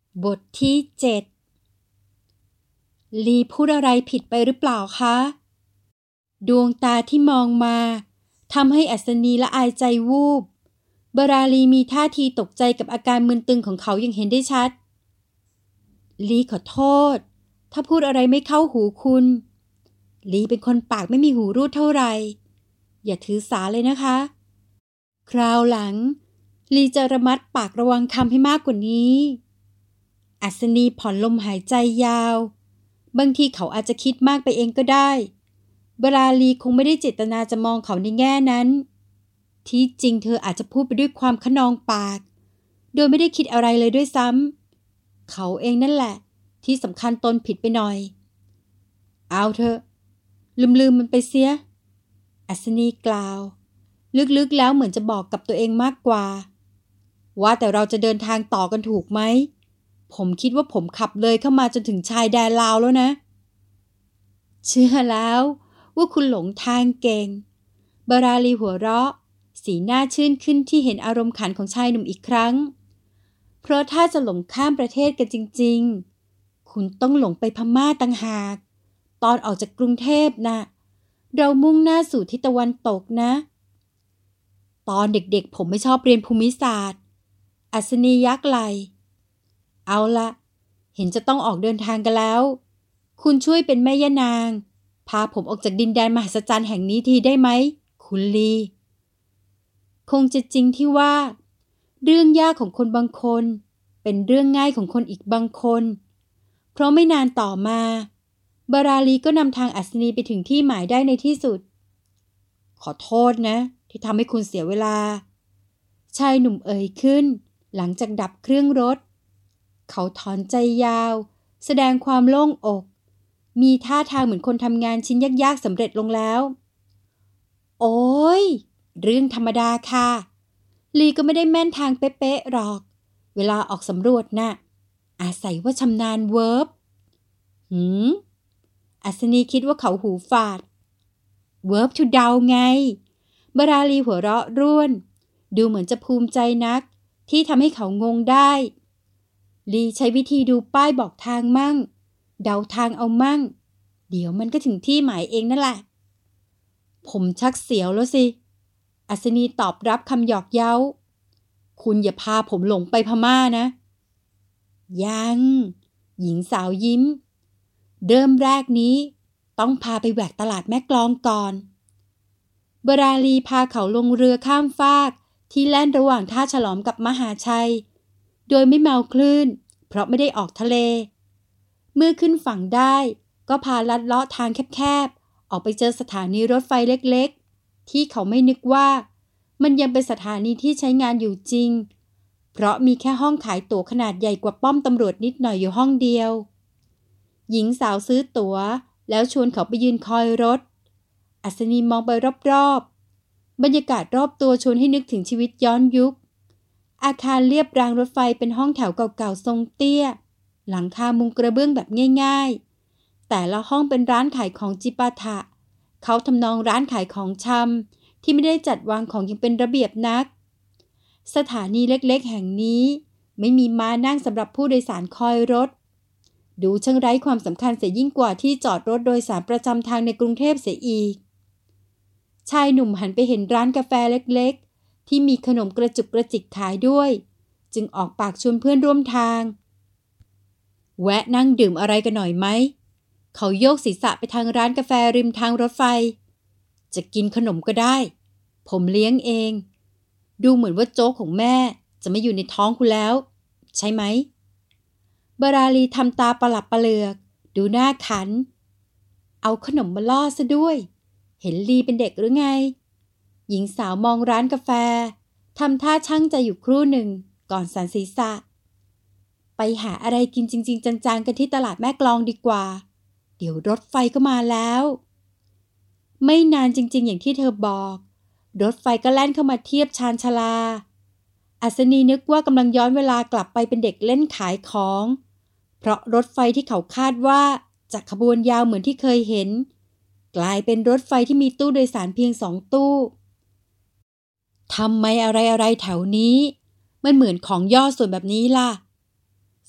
บทที่7ลีพูดอะไรผิดไปหรือเปล่าคะดวงตาที่มองมาทำให้อัศนีละอายใจวูบบราลีมีท่าทีตกใจกับอาการมึนตึงของเขาอย่างเห็นได้ชัดลีขอโทษถ้าพูดอะไรไม่เข้าหูคุณลีเป็นคนปากไม่มีหูรูดเท่าไหร่อย่าถือสาเลยนะคะคราวหลังลีจะระมัดปากระวังคำให้มากกว่านี้อัศนีผ่อนลมหายใจยาวบางทีเขาอาจจะคิดมากไปเองก็ได้บราลีคงไม่ได้เจตนาจะมองเขาในแง่นั้นที่จริงเธออาจจะพูดไปด้วยความคะนองปากโดยไม่ได้คิดอะไรเลยด้วยซ้ำเขาเองนั่นแหละที่สำคัญตนผิดไปหน่อยเอาเถอะลืมมันไปเสียอัศนีกล่าวลึกๆแล้วเหมือนจะบอกกับตัวเองมากกว่าว่าแต่เราจะเดินทางต่อกันถูกไหมผมคิดว่าผมขับเลยเข้ามาจนถึงชายแดนลาวแล้วนะเชื่อแล้วว่าคุณหลงทางเก่งบาราลีหัวเราะสีหน้าชื่นขึ้นที่เห็นอารมณ์ขันของชายหนุ่มอีกครั้งเพราะถ้าจะหลงข้ามประเทศกันจริงๆคุณต้องหลงไปพม่าต่างหากตอนออกจากกรุงเทพน่ะเรามุ่งหน้าสู่ทิศตะวันตกนะตอนเด็กๆผมไม่ชอบเรียนภูมิศาสตร์อัศนียักไหล่เอาละเห็นจะต้องออกเดินทางกันแล้วคุณช่วยเป็นแม่ย่านางพาผมออกจากดินแดนมหัศจรรย์แห่งนี้ทีได้ไหมคุณลีคงจะจริงที่ว่าเรื่องยากของคนบางคนเป็นเรื่องง่ายของคนอีกบางคนเพราะไม่นานต่อมาบาราลีก็นำทางอัศนีไปถึงที่หมายได้ในที่สุดขอโทษนะที่ทำให้คุณเสียเวลาชายหนุ่มเอ่ยขึ้นหลังจากดับเครื่องรถเขาถอนใจยาวแสดงความโล่งอกมีท่าทางเหมือนคนทำงานชิ้นยากๆสำเร็จลงแล้วโอ้ยเรื่องธรรมดาค่ะลีก็ไม่ได้แม่นทางเป๊ะๆหรอกเวลาออกสำรวจน่ะอาศัยว่าชำนาญเวิร์บอัศนีคิดว่าเขาหูฝาดเวิร์บทูเดาไงบาราลีหัวเราะร่วนดูเหมือนจะภูมิใจนักที่ทำให้เขางงได้ลีใช้วิธีดูป้ายบอกทางมั่งเดาทางเอามั่งเดี๋ยวมันก็ถึงที่หมายเองนั่นแหละผมชักเสียวแล้วสิอัศนีตอบรับคำหยอกเย้าคุณอย่าพาผมหลงไปพม่านะยังหญิงสาวยิ้มเริ่มแรกนี้ต้องพาไปแหวกตลาดแม่กลองก่อนบราลีพาเขาลงเรือข้ามฟากที่แล่นระหว่างท่าฉลอมกับมหาชัยโดยไม่เมาคลื่นเพราะไม่ได้ออกทะเลเมื่อขึ้นฝั่งได้ก็พาลัดเลาะทางแคบๆออกไปเจอสถานีรถไฟเล็กๆที่เขาไม่นึกว่ามันยังเป็นสถานีที่ใช้งานอยู่จริงเพราะมีแค่ห้องขายตั๋วขนาดใหญ่กว่าป้อมตำรวจนิดหน่อยอยู่ห้องเดียวหญิงสาวซื้อตั๋วแล้วชวนเขาไปยืนคอยรถอัศนีมองไปรอบๆบรรยากาศรอบตัวชวนให้นึกถึงชีวิตย้อนยุคอาคารเรียบรางรถไฟเป็นห้องแถวเก่าๆทรงเตี้ยหลังคามุงกระเบื้องแบบง่ายๆแต่ละห้องเป็นร้านขายของจิปาถะเขาทำนองร้านขายของชำที่ไม่ได้จัดวางของอย่างเป็นระเบียบนักสถานีเล็กๆแห่งนี้ไม่มีม้านั่งสำหรับผู้โดยสารคอยรถดูช่างไร้ความสำคัญเสียยิ่งกว่าที่จอดรถโดยสารประจำทางในกรุงเทพเสียอีกชายหนุ่มหันไปเห็นร้านกาแฟเล็กๆที่มีขนมกระจุกกระจิกขายด้วยจึงออกปากชวนเพื่อนร่วมทางแวะนั่งดื่มอะไรกันหน่อยไหมเขาโยกศีรษะไปทางร้านกาแฟริมทางรถไฟจะกินขนมก็ได้ผมเลี้ยงเองดูเหมือนว่าโจ๊กของแม่จะไม่อยู่ในท้องคุณแล้วใช่ไหมบาราลีทำตาประหลับประเหลือกดูหน้าขันเอาขนมมาล่อซะด้วยเห็นลีเป็นเด็กหรือไงหญิงสาวมองร้านกาแฟทำท่าช่างใจอยู่ครู่หนึ่งก่อนสั่นศีรษะไปหาอะไรกินจริงๆจังๆกันที่ตลาดแม่กลองดีกว่าเดี๋ยวรถไฟก็มาแล้วไม่นานจริงๆอย่างที่เธอบอกรถไฟก็แล่นเข้ามาเทียบชานชาลาอัศนีนึกว่ากำลังย้อนเวลากลับไปเป็นเด็กเล่นขายของเพราะรถไฟที่เขาคาดว่าจะขบวนยาวเหมือนที่เคยเห็นกลายเป็นรถไฟที่มีตู้โดยสารเพียง2 ตู้ทำไมอะไรๆแถวนี้มันเหมือนของย่อส่วนแบบนี้ล่ะ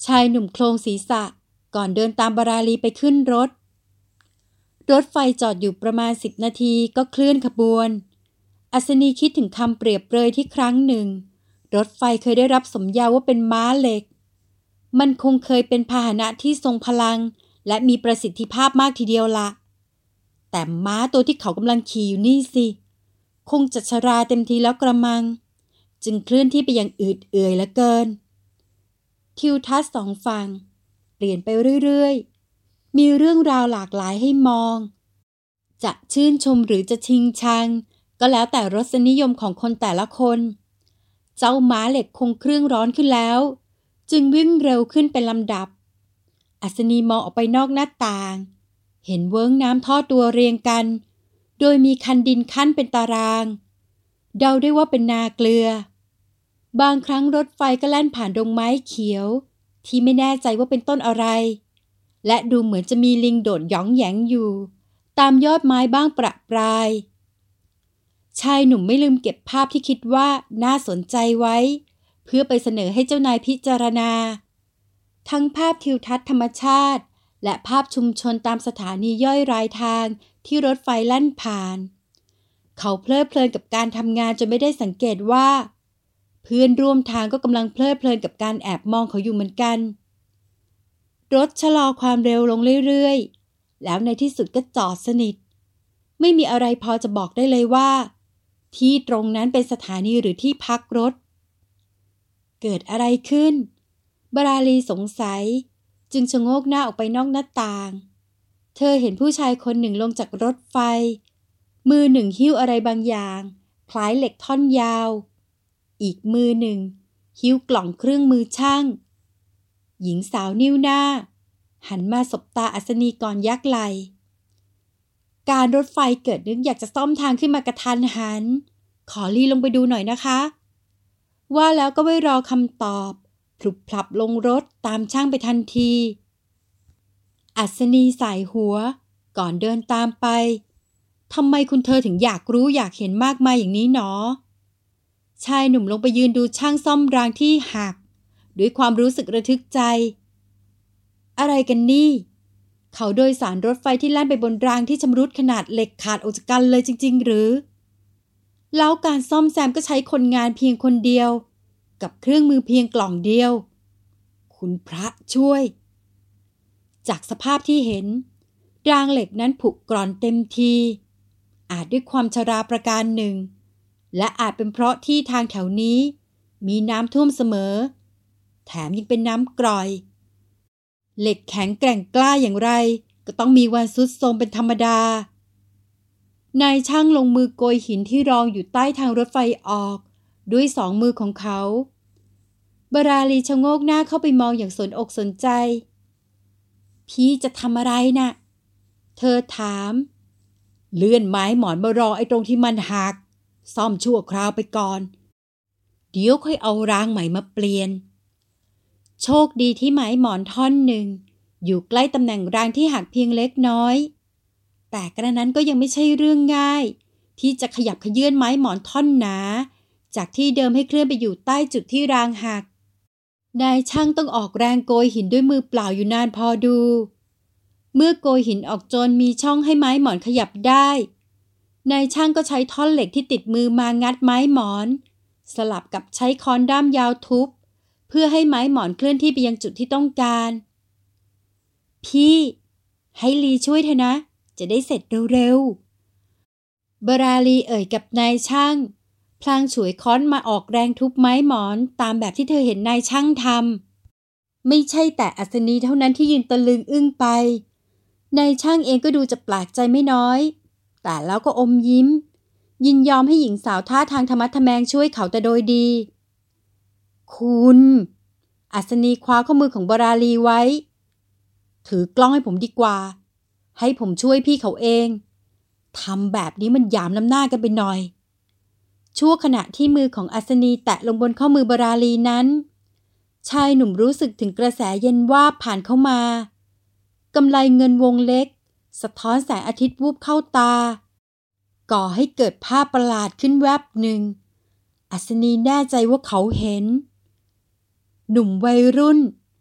ชายหนุ่มโครงศีรษะก่อนเดินตามบาราลีไปขึ้นรถไฟจอดอยู่ประมาณ10 นาทีก็เคลื่อนขบวนอัศนีคิดถึงคำเปรียบเปรยที่ครั้งหนึ่งรถไฟเคยได้รับสมญาว่าเป็นม้าเหล็กมันคงเคยเป็นพาหนะที่ทรงพลังและมีประสิทธิภาพมากทีเดียวละแต่ม้าตัวที่เขากำลังขี่อยู่นี่สิคงจะชราเต็มทีแล้วกระมังจึงเคลื่อนที่ไปอย่างอืดเอื่อยเหลือเกินทิวทัศน์สองฝั่งเปลี่ยนไปเรื่อยๆมีเรื่องราวหลากหลายให้มองจะชื่นชมหรือจะชิงชังก็แล้วแต่รสนิยมของคนแต่ละคนเจ้าม้าเหล็กคงเครื่องร้อนขึ้นแล้วจึงวิ่งเร็วขึ้นเป็นลำดับอัศนีมองออกไปนอกหน้าต่างเห็นเวิ้งน้ำทอดตัวเรียงกันโดยมีคันดินขั้นเป็นตารางเดาได้ว่าเป็นนาเกลือบางครั้งรถไฟก็แล่นผ่านดงไม้เขียวที่ไม่แน่ใจว่าเป็นต้นอะไรและดูเหมือนจะมีลิงโดดหยองแหยงอยู่ตามยอดไม้บ้างประปรายชายหนุ่มไม่ลืมเก็บภาพที่คิดว่าน่าสนใจไว้เพื่อไปเสนอให้เจ้านายพิจารณาทั้งภาพทิวทัศน์ธรรมชาติและภาพชุมชนตามสถานีย่อยรายทางที่รถไฟแล่นผ่านเขาเพลิดเพลินกับการทำงานจนไม่ได้สังเกตว่าเพื่อนร่วมทางก็กำลังเพลิดเพลินกับการแอบมองเขาอยู่เหมือนกันรถชะลอความเร็วลงเรื่อยๆแล้วในที่สุดก็จอดสนิทไม่มีอะไรพอจะบอกได้เลยว่าที่ตรงนั้นเป็นสถานีหรือที่พักรถเกิดอะไรขึ้นบาราลีสงสัยจึงชะโงกหน้าออกไปนอกหน้าต่างเธอเห็นผู้ชายคนหนึ่งลงจากรถไฟมือหนึ่งหิ้วอะไรบางอย่างคล้ายเหล็กท่อนยาวอีกมือหนึ่งหิ้วกล่องเครื่องมือช่างหญิงสาวนิ้วหน้าหันมาสบตาอัศนีก่อนยักไหล่การรถไฟเกิดนึกอยากจะซ่อมทางขึ้นมากระทันหันขอรีลงไปดูหน่อยนะคะว่าแล้วก็ไม่รอคำตอบพลุบพลับลงรถตามช่างไปทันทีอัศนีสายหัวก่อนเดินตามไปทำไมคุณเธอถึงอยากรู้อยากเห็นมากมายอย่างนี้หนอชายหนุ่มลงไปยืนดูช่างซ่อมรางที่หักด้วยความรู้สึกระทึกใจอะไรกันนี่เขาโดยสารรถไฟที่แล่นไปบนรางที่ชำรุดขนาดเหล็กขาดออกจากกันเลยจริงๆหรือแล้วการซ่อมแซมก็ใช้คนงานเพียงคนเดียวกับเครื่องมือเพียงกล่องเดียวคุณพระช่วยจากสภาพที่เห็นรางเหล็กนั้นผุกร่อนเต็มทีอาจด้วยความชราประการหนึ่งและอาจเป็นเพราะที่ทางแถวนี้มีน้ำท่วมเสมอแถมยังเป็นน้ำกร่อยเหล็กแข็งแกร่งกล้าอย่างไรก็ต้องมีวันทรุดโทรมเป็นธรรมดานายช่างลงมือโกยหินที่รองอยู่ใต้ทางรถไฟออกด้วยสองมือของเขาบาราลีชะโงกหน้าเข้าไปมองอย่างสนอกสนใจพี่จะทำอะไรน่ะเธอถามเลื่อนไม้หมอนมารอไอ้ตรงที่มันหักซ่อมชั่วคราวไปก่อนเดี๋ยวค่อยเอารางใหม่มาเปลี่ยนโชคดีที่ไม้หมอนท่อนหนึ่งอยู่ใกล้ตำแหน่งรางที่หักเพียงเล็กน้อยแต่กระนั้นก็ยังไม่ใช่เรื่องง่ายที่จะขยับเขยื้อนไม้หมอนท่อนหนาจากที่เดิมให้เคลื่อนไปอยู่ใต้จุดที่รางหักนายช่างต้องออกแรงโกยหินด้วยมือเปล่าอยู่นานพอดูเมื่อโกยหินออกจนมีช่องให้ไม้หมอนขยับได้นายช่างก็ใช้ท่อนเหล็กที่ติดมือมางัดไม้หมอนสลับกับใช้ค้อนด้ามยาวทุบเพื่อให้ไม้หมอนเคลื่อนที่ไปยังจุดที่ต้องการพี่ให้ลีช่วยเถอะนะจะได้เสร็จเร็วๆบาราลีเอ่ยกับนายช่างพลางฉวยค้อนมาออกแรงทุบไม้หมอนตามแบบที่เธอเห็นนายช่างทำไม่ใช่แต่อัศนีเท่านั้นที่ยืนตะลึงอึ้งไปนายช่างเองก็ดูจะแปลกใจไม่น้อยแต่แล้วก็อมยิ้มยินยอมให้หญิงสาวท่าทางธรรมะทแมงช่วยเขาแต่โดยดีคุณอัศนีคว้าข้อมือของบาราลีไว้ถือกล้องให้ผมดีกว่าให้ผมช่วยพี่เขาเองทำแบบนี้มันหยามน้ำหน้ากันไปหน่อยชั่วขณะที่มือของอัศนีแตะลงบนข้อมือบาราลีนั้นชายหนุ่มรู้สึกถึงกระแสเย็นวาบผ่านเข้ามากำไลเงินวงเล็กสะท้อนแสงอาทิตย์วูบเข้าตาก่อให้เกิดภาพประหลาดขึ้นแวบหนึ่งอัศนีแน่ใจว่าเขาเห็นหนุ่มวัยรุ่น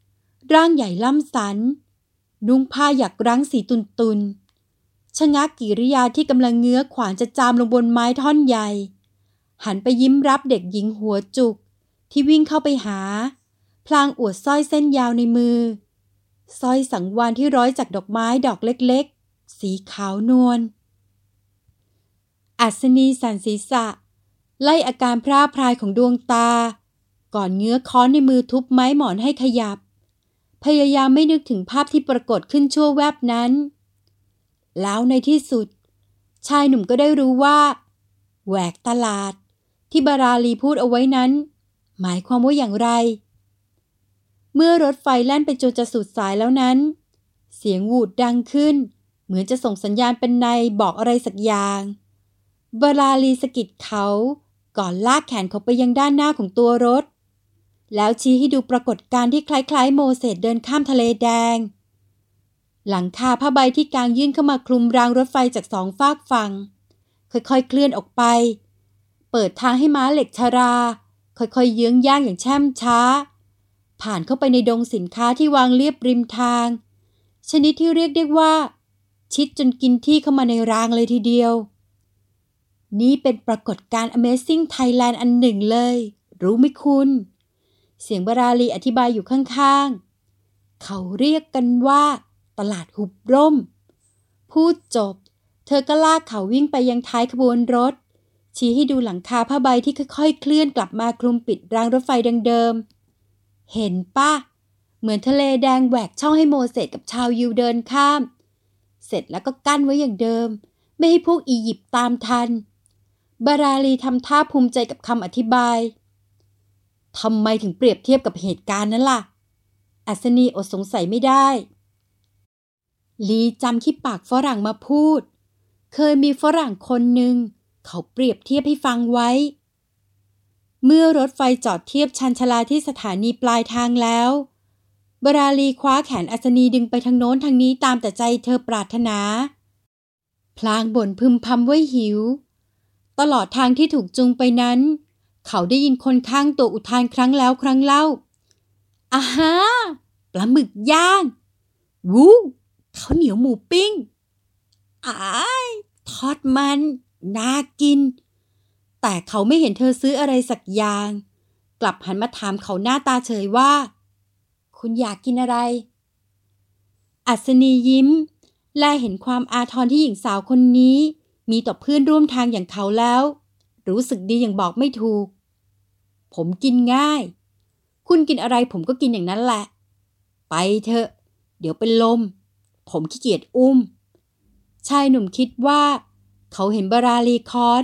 ร่างใหญ่ล่ำสันนุ่งผ้าหยักรั้งสีตุนๆชะงักกิริยาที่กำลังเงื้อขวานจะจามลงบนไม้ท่อนใหญ่หันไปยิ้มรับเด็กหญิงหัวจุกที่วิ่งเข้าไปหาพลางอวดสร้อยเส้นยาวในมือสร้อยสังวาลที่ร้อยจากดอกไม้ดอกเล็กๆสีขาวนวลอัศนีสั่นศีรษะไล่อาการพร่าพรายของดวงตาก่อนเงื้อค้อนในมือทุบไม้หมอนให้ขยับพยายามไม่นึกถึงภาพที่ปรากฏขึ้นชั่วแวบนั้นแล้วในที่สุดชายหนุ่มก็ได้รู้ว่าแหวกตลาดที่บาราลีพูดเอาไว้นั้นหมายความว่าอย่างไรเมื่อรถไฟแล่นไปจนจะสุดสายแล้วนั้นเสียงหวูดดังขึ้นเหมือนจะส่งสัญญาณเป็นในบอกอะไรสักอย่างบาราลีสะกิดเขาก่อนลากแขนเขาไปยังด้านหน้าของตัวรถแล้วชี้ให้ดูปรากฏการณ์ที่คล้ายๆโมเสสเดินข้ามทะเลแดงหลังคาผ้าใบที่กางยื่นเข้ามาคลุมรางรถไฟจากสองฝากฝั่งค่อยๆเคลื่อนออกไปเปิดทางให้ม้าเหล็กชราค่อยๆเยื้องย่างอย่างแช่มช้าผ่านเข้าไปในดงสินค้าที่วางเรียบริมทางชนิดที่เรียกได้ว่าชิดจนกินที่เข้ามาในรางเลยทีเดียวนี่เป็นปรากฏการณ์ Amazing Thailand อันหนึ่งเลยรู้ไหมคุณเสียงบาราลีอธิบายอยู่ข้างๆเขาเรียกกันว่าตลาดหุบร่มพูดจบเธอก็ลากเขาวิ่งไปยังท้ายขบวนรถชี้ให้ดูหลังคาผ้าใบที่ค่อยๆเคลื่อนกลับมาคลุมปิดรางรถไฟดังเดิมเห็นป่ะเหมือนทะเลแดงแหวกช่องให้โมเสสกับชาวยิวเดินข้ามเสร็จแล้วก็กั้นไว้อย่างเดิมไม่ให้พวกอียิปต์ตามทันบาราลีทำท่าภูมิใจกับคำอธิบายทำไมถึงเปรียบเทียบกับเหตุการณ์นั้นล่ะอัศนีอดสงสัยไม่ได้ลีจำที่ปากฝรั่งมาพูดเคยมีฝรั่งคนหนึ่งเขาเปรียบเทียบให้ฟังไว้เมื่อรถไฟจอดเทียบชานชาลาที่สถานีปลายทางแล้วบาราลีคว้าแขนอัศนีดึงไปทางโน้นทางนี้ตามแต่ใจเธอปรารถนาพลางบ่นพึมพำว่าหิวตลอดทางที่ถูกจูงไปนั้นเขาได้ยินคนข้างตัวอุทานครั้งแล้วครั้งเล่าอาฮาปลาหมึกย่างวู้ข้าวเหนียวหมูปิ้งอ้ายทอดมันน่ากินแต่เขาไม่เห็นเธอซื้ออะไรสักอย่างกลับหันมาถามเขาหน้าตาเฉยว่าคุณอยากกินอะไรอัศนียิ้มและเห็นความอาทรที่หญิงสาวคนนี้มีต่อเพื่อนร่วมทางอย่างเขาแล้วรู้สึกดีอย่างบอกไม่ถูกผมกินง่ายคุณกินอะไรผมก็กินอย่างนั้นแหละไปเถอะเดี๋ยวเป็นลมผมขี้เกียจอุ้มชายหนุ่มคิดว่าเขาเห็นบาราลีค้อน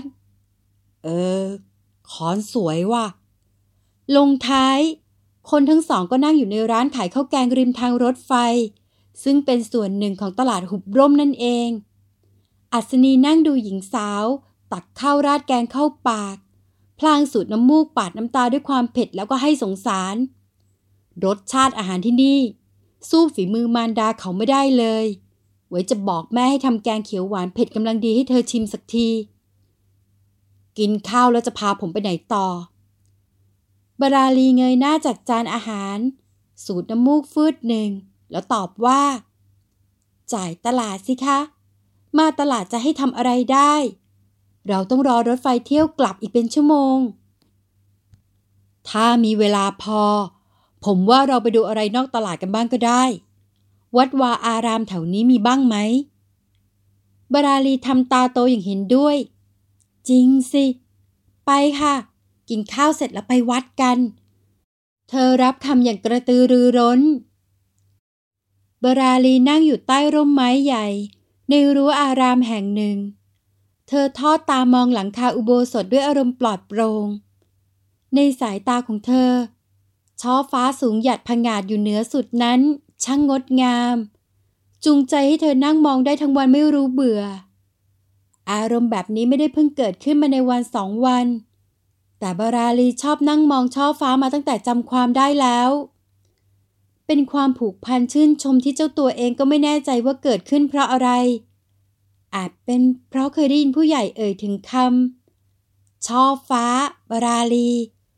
ค้อนสวยว่ะลงท้ายคนทั้งสองก็นั่งอยู่ในร้านขายข้าวแกงริมทางรถไฟซึ่งเป็นส่วนหนึ่งของตลาดหุบร่มนั่นเองอัศนีนั่งดูหญิงสาวตักข้าวราดแกงเข้าปากพลางสูดน้ำมูกปาดน้ำตาด้วยความเผ็ดแล้วก็ให้สงสารรสชาติอาหารที่นี่สู้ฝีมือมารดาเขาไม่ได้เลยไว้จะบอกแม่ให้ทำแกงเขียวหวานเผ็ดกำลังดีให้เธอชิมสักทีกินข้าวแล้วจะพาผมไปไหนต่อบาราลีเงยหน้าจากจานอาหารสูดน้ำมูกฟืดหนึ่งแล้วตอบว่าจ่ายตลาดสิคะมาตลาดจะให้ทำอะไรได้เราต้องรอรถไฟเที่ยวกลับอีกเป็นชั่วโมงถ้ามีเวลาพอผมว่าเราไปดูอะไรนอกตลาดกันบ้างก็ได้วัดวาอารามแถวนี้มีบ้างไหมบาราลีทำตาโตอย่างเห็นด้วยจริงสิไปค่ะกินข้าวเสร็จแล้วไปวัดกันเธอรับคำอย่างกระตือรือร้นบาราลีนั่งอยู่ใต้ร่มไม้ใหญ่ในรั้วอารามแห่งหนึ่งเธอทอดตามองหลังคาอุโบสถด้วยอารมณ์ปลอดโปร่งในสายตาของเธอช่อฟ้าสูงหยัดผงาดอยู่เหนือสุดนั้นช่างงดงามจูงใจให้เธอนั่งมองได้ทั้งวันไม่รู้เบื่ออารมณ์แบบนี้ไม่ได้เพิ่งเกิดขึ้นมาในวัน2 วันแต่บาราลีชอบนั่งมองช่อฟ้ามาตั้งแต่จำความได้แล้วเป็นความผูกพันชื่นชมที่เจ้าตัวเองก็ไม่แน่ใจว่าเกิดขึ้นเพราะอะไรอาจเป็นเพราะเคยได้ยินผู้ใหญ่เอ่ยถึงคำช่อฟ้าบาราลี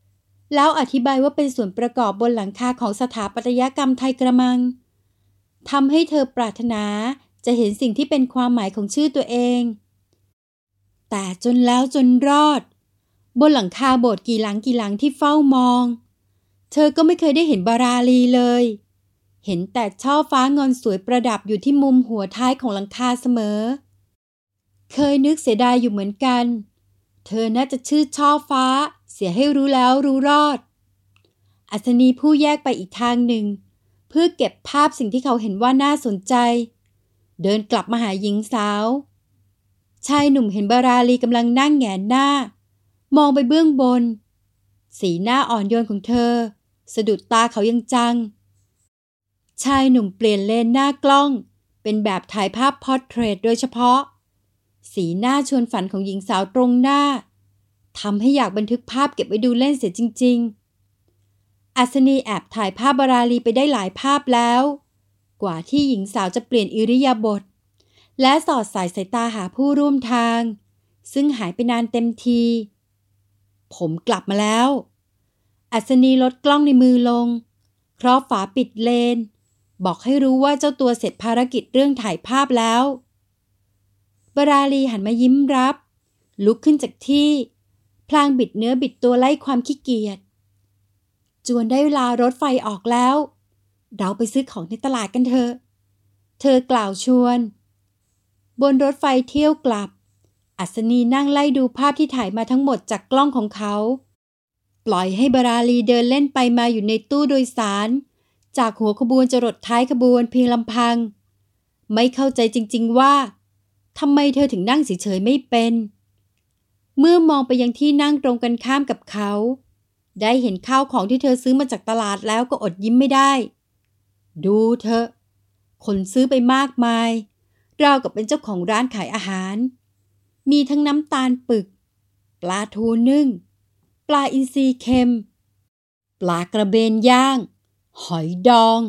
แล้วอธิบายว่าเป็นส่วนประกอบบนหลังคาของสถาปัตยกรรมไทยกระมังทำให้เธอปรารถนาจะเห็นสิ่งที่เป็นความหมายของชื่อตัวเองแต่จนแล้วจนรอดบนหลังคาโบสถ์กี่หลังที่เฝ้ามองเธอก็ไม่เคยได้เห็นบาราลีเลยเห็นแต่ช่อฟ้างอนสวยประดับอยู่ที่มุมหัวท้ายของหลังคาเสมอเคยนึกเสียดายอยู่เหมือนกันเธอน่าจะชื่อช่อฟ้าเสียให้รู้แล้วรู้รอดอัศนีผู้แยกไปอีกทางหนึ่งเพื่อเก็บภาพสิ่งที่เขาเห็นว่าน่าสนใจเดินกลับมาหาหญิงสาวชายหนุ่มเห็นบาราลีกำลังนั่งแหงนหน้ามองไปเบื้องบนสีหน้าอ่อนโยนของเธอสะดุดตาเขายังจังชายหนุ่มเปลี่ยนเลนหน้ากล้องเป็นแบบถ่ายภาพพอร์เทรตโดยเฉพาะสีหน้าชวนฝันของหญิงสาวตรงหน้าทำให้อยากบันทึกภาพเก็บไว้ดูเล่นเสียจริงๆอัศนีแอบถ่ายภาพบาราลีไปได้หลายภาพแล้วกว่าที่หญิงสาวจะเปลี่ยนอิริยาบถและสอดสายตาหาผู้ร่วมทางซึ่งหายไปนานเต็มทีผมกลับมาแล้วอัศนีลดกล้องในมือลงครอบฝาปิดเลนบอกให้รู้ว่าเจ้าตัวเสร็จภารกิจเรื่องถ่ายภาพแล้วบาราลีหันมายิ้มรับลุกขึ้นจากที่พลางบิดเนื้อบิดตัวไล่ความขี้เกียจจวนได้เวลารถไฟออกแล้วเราไปซื้อของในตลาดกันเถอะเธอกล่าวชวนบนรถไฟเที่ยวกลับอัศนีนั่งไล่ดูภาพที่ถ่ายมาทั้งหมดจากกล้องของเขาปล่อยให้บาราลีเดินเล่นไปมาอยู่ในตู้โดยสารจากหัวขบวนจรดท้ายขบวนเพียงลำพังไม่เข้าใจจริงๆว่าทำไมเธอถึงนั่งเฉยๆไม่เป็นเมื่อมองไปยังที่นั่งตรงกันข้ามกับเขาได้เห็นข้าวของที่เธอซื้อมาจากตลาดแล้วก็อดยิ้มไม่ได้ดูเธอคนซื้อไปมากมายราวกับเป็นเจ้าของร้านขายอาหารมีทั้งน้ำตาลปึกปลาทูนึ่งปลาอินทรีเค็มปลากระเบนย่างหอยดอง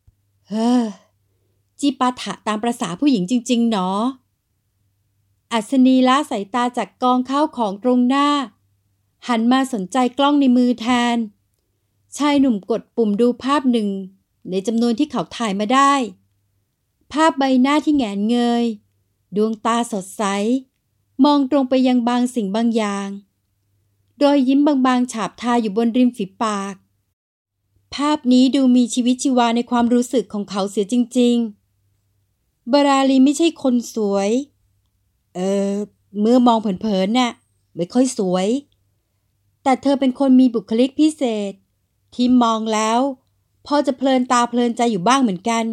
จิปาถะตามประสาผู้หญิงจริงๆหนออัศนีละสายตาจากกองข้าวของตรงหน้าหันมาสนใจกล้องในมือแทนชายหนุ่มกดปุ่มดูภาพหนึ่งในจำนวนที่เขาถ่ายมาได้ภาพใบหน้าที่แหงนเงยดวงตาสดใสมองตรงไปยังบางสิ่งบางอย่างรอยยิ้มบางๆฉาบทาอยู่บนริมฝีปากภาพนี้ดูมีชีวิตชีวาในความรู้สึกของเขาเสียจริงๆบาราลีไม่ใช่คนสวยเมื่อมองเผินๆน่ะไม่ค่อยสวยแต่เธอเป็นคนมีบุคลิกพิเศษที่มองแล้วพอจะเพลินตาเพลินใจอยู่บ้างเหมือนกัน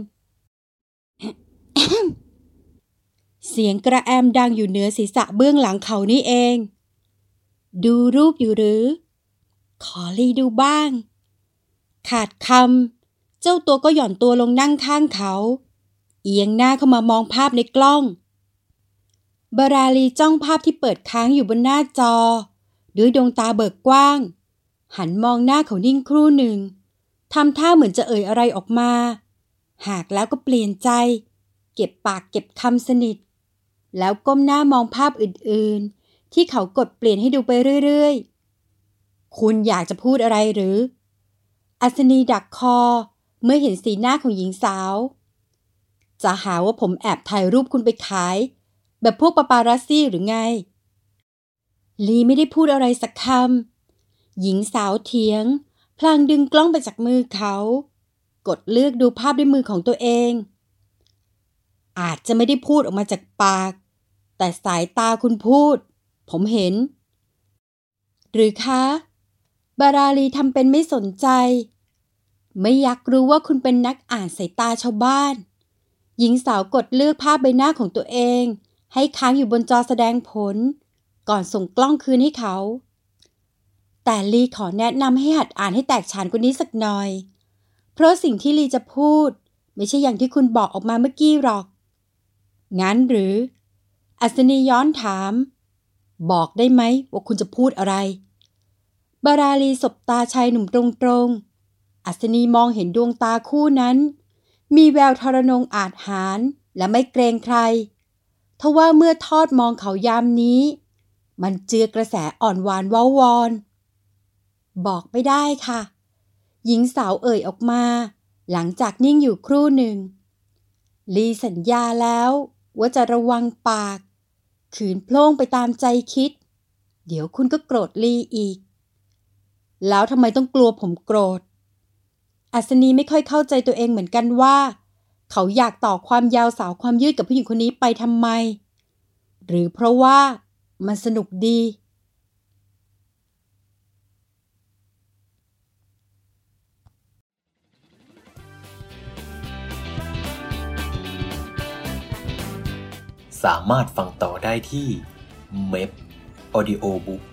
เสียงกระแอมดังอยู่เหนือศีรษะเบื้องหลังเขานี่เองดูรูปอยู่หรือขอรีดูบ้างขาดคำเจ้าตัวก็หย่อนตัวลงนั่งข้างเขาเอียงหน้าเข้ามามองภาพในกล้องบาราลีจ้องภาพที่เปิดค้างอยู่บนหน้าจอด้วยดวงตาเบิกกว้างหันมองหน้าเขานิ่งครู่หนึ่งทำท่าเหมือนจะเอ่ยอะไรออกมาหากแล้วก็เปลี่ยนใจเก็บปากเก็บคำสนิทแล้วก้มหน้ามองภาพอื่นๆที่เขากดเปลี่ยนให้ดูไปเรื่อยๆคุณอยากจะพูดอะไรหรืออัศนีดักคอเมื่อเห็นสีหน้าของหญิงสาวจะหาว่าผมแอบถ่ายรูปคุณไปขายแบบพวกปาปารัสซี่หรือไงลีไม่ได้พูดอะไรสักคำหญิงสาวเถียงพลางดึงกล้องไปจากมือเขากดเลือกดูภาพด้วยมือของตัวเองอาจจะไม่ได้พูดออกมาจากปากแต่สายตาคุณพูดผมเห็นหรือคะบาราลีทำเป็นไม่สนใจไม่อยากรู้ว่าคุณเป็นนักอ่านสายตาชาวบ้านหญิงสาวกดเลือกภาพใบหน้าของตัวเองให้ค้างอยู่บนจอแสดงผลก่อนส่งกล้องคืนให้เขาแต่ลีขอแนะนำให้หัดอ่านให้แตกฉานกว่านี้สักหน่อยเพราะสิ่งที่ลีจะพูดไม่ใช่อย่างที่คุณบอกออกมาเมื่อกี้หรอกงั้นหรืออัศนีย้อนถามบอกได้ไหมว่าคุณจะพูดอะไรบาราลีสบตาชายหนุ่มตรงๆอัศนีมองเห็นดวงตาคู่นั้นมีแววทรนงอาจหาญและไม่เกรงใครทว่าเมื่อทอดมองเขายามนี้มันเจือกระแสอ่อนหวานเว้าวอนบอกไม่ได้ค่ะหญิงสาวเอ่ยออกมาหลังจากนิ่งอยู่ครู่หนึ่งลีสัญญาแล้วว่าจะระวังปากขืนโพล่งไปตามใจคิดเดี๋ยวคุณก็โกรธลีอีกแล้วทำไมต้องกลัวผมโกรธอัศนีไม่ค่อยเข้าใจตัวเองเหมือนกันว่าเขาอยากต่อความยาวสาวความยืดกับผู้หญิงคนนี้ไปทำไมหรือเพราะว่ามันสนุกดีสามารถฟังต่อได้ที่เมพ Audiobook